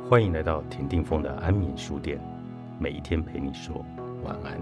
欢迎来到田定峰的安眠书店，每一天陪你说晚安。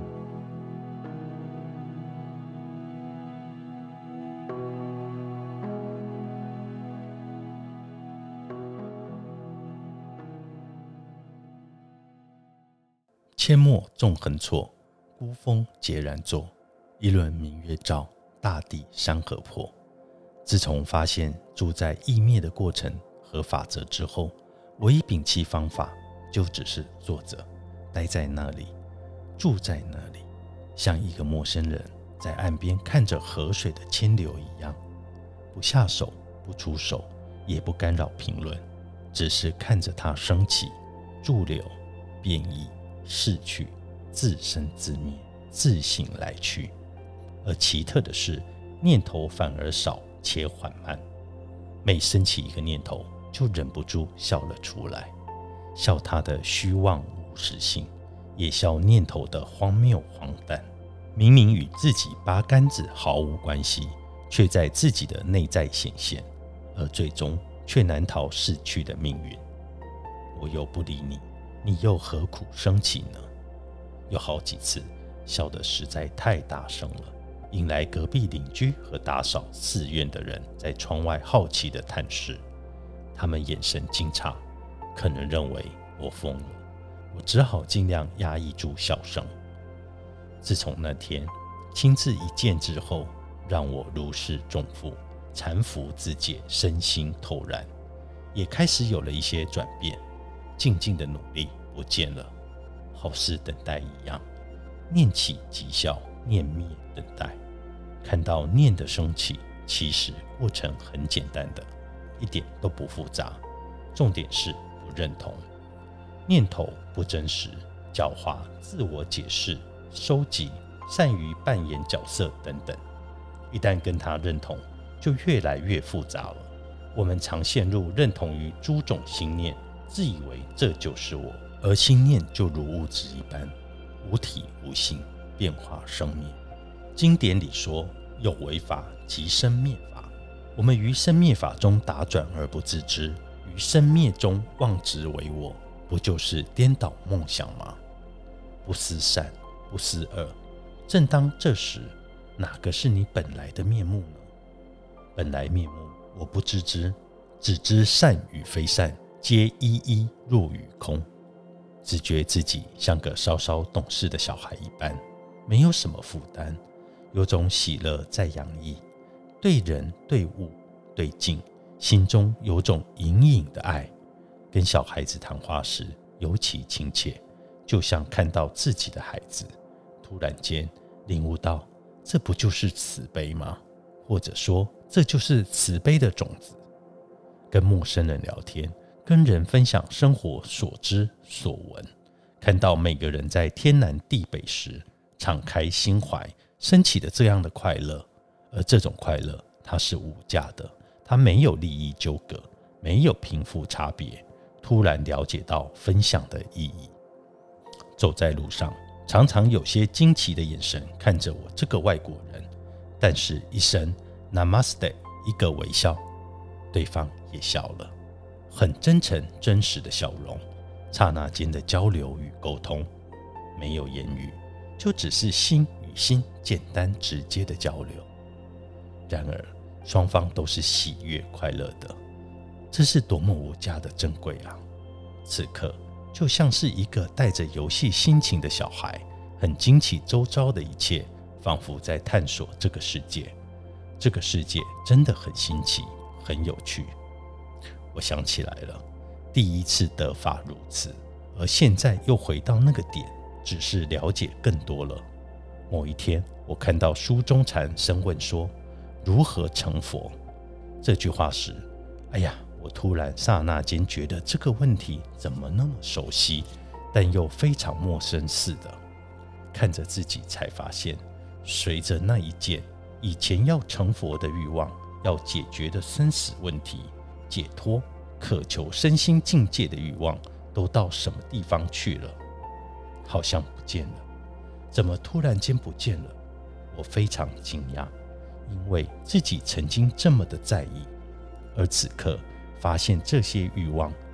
阡陌纵横错，孤峰孑然坐。一轮明月照，大地山河破。自从发现住在意灭的过程和法则之后，唯一摒弃方法就只是坐着，待在那里，住在那里，像一个陌生人在岸边看着河水的千流一样，不下手，不出手，也不干扰评论，只是看着它升起、驻留、变异、逝去，自生自灭，自行来去。而奇特的是，念头反而少且缓慢，每升起一个念头，就忍不住笑了出来，笑它的虚妄无实性，也笑念头的荒谬荒诞。明明与自己八竿子毫无关系，却在自己的内在显现，而最终却难逃逝去的命运。我又不理你，你又何苦生气呢？有好几次笑得实在太大声了，引来隔壁邻居和打扫寺院的人在窗外好奇地探视。他们眼神惊诧，可能认为我疯了。我只好尽量压抑住笑声。自从那天亲自一见之后，让我如释重负，搀扶自解，身心透然，也开始有了一些转变。静静的努力不见了，好似等待一样，念起即笑，念灭等待。看到念的升起，其实过程很简单的，一点都不复杂，重点是不认同。念头不真实、狡猾、自我解释、收集、善于扮演角色等等，一旦跟他认同，就越来越复杂了。我们常陷入认同于诸种心念，自以为这就是我，而心念就如物质一般，无体无性，变化生灭。经典里说，有为法即生灭法。我们于生灭法中打转而不自知，于生灭中妄执为我，不就是颠倒梦想吗？不思善，不思恶，正当这时，哪个是你本来的面目呢？本来面目我不知之，只知善与非善，皆一一入于空。只觉自己像个稍稍懂事的小孩一般，没有什么负担，有种喜乐在洋溢，对人对物对境，心中有种隐隐的爱。跟小孩子谈话时尤其亲切，就像看到自己的孩子，突然间领悟到，这不就是慈悲吗？或者说，这就是慈悲的种子。跟陌生人聊天，跟人分享生活所知所闻，看到每个人在天南地北时敞开心怀，升起的这样的快乐。而这种快乐它是无价的，它没有利益纠葛，没有贫富差别。突然了解到分享的意义。走在路上，常常有些惊奇的眼神看着我这个外国人，但是一声 Namaste， 一个微笑，对方也笑了，很真诚真实的笑容。刹那间的交流与沟通，没有言语，就只是心与心简单直接的交流。然而双方都是喜悦快乐的，这是多么无价的珍贵啊！此刻就像是一个带着游戏心情的小孩，很惊奇周遭的一切，仿佛在探索这个世界。这个世界真的很新奇，很有趣。我想起来了，第一次得法如此，而现在又回到那个点，只是了解更多了。某一天，我看到书中禅生问说，如何成佛？这句话时，哎呀，我突然刹那间觉得这个问题怎么那么熟悉，但又非常陌生似的。看着自己才发现，随着那一件以前要成佛的欲望，要解决的生死问题，解脱渴求身心境界的欲望，都到什么地方去了？好像不见了。怎么突然间不见了？我非常惊讶，因为自己曾经这么的在意，而此刻发现这些欲望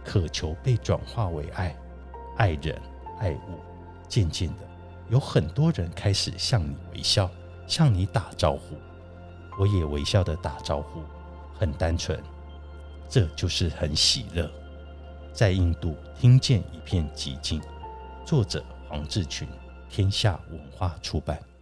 渴求被转化为爱，爱人爱物。渐渐的，有很多人开始向你微笑，向你打招呼。我也微笑的打招呼，很单纯，这就是很喜乐。在印度听见一片寂静。作者黄志群，天下文化出版。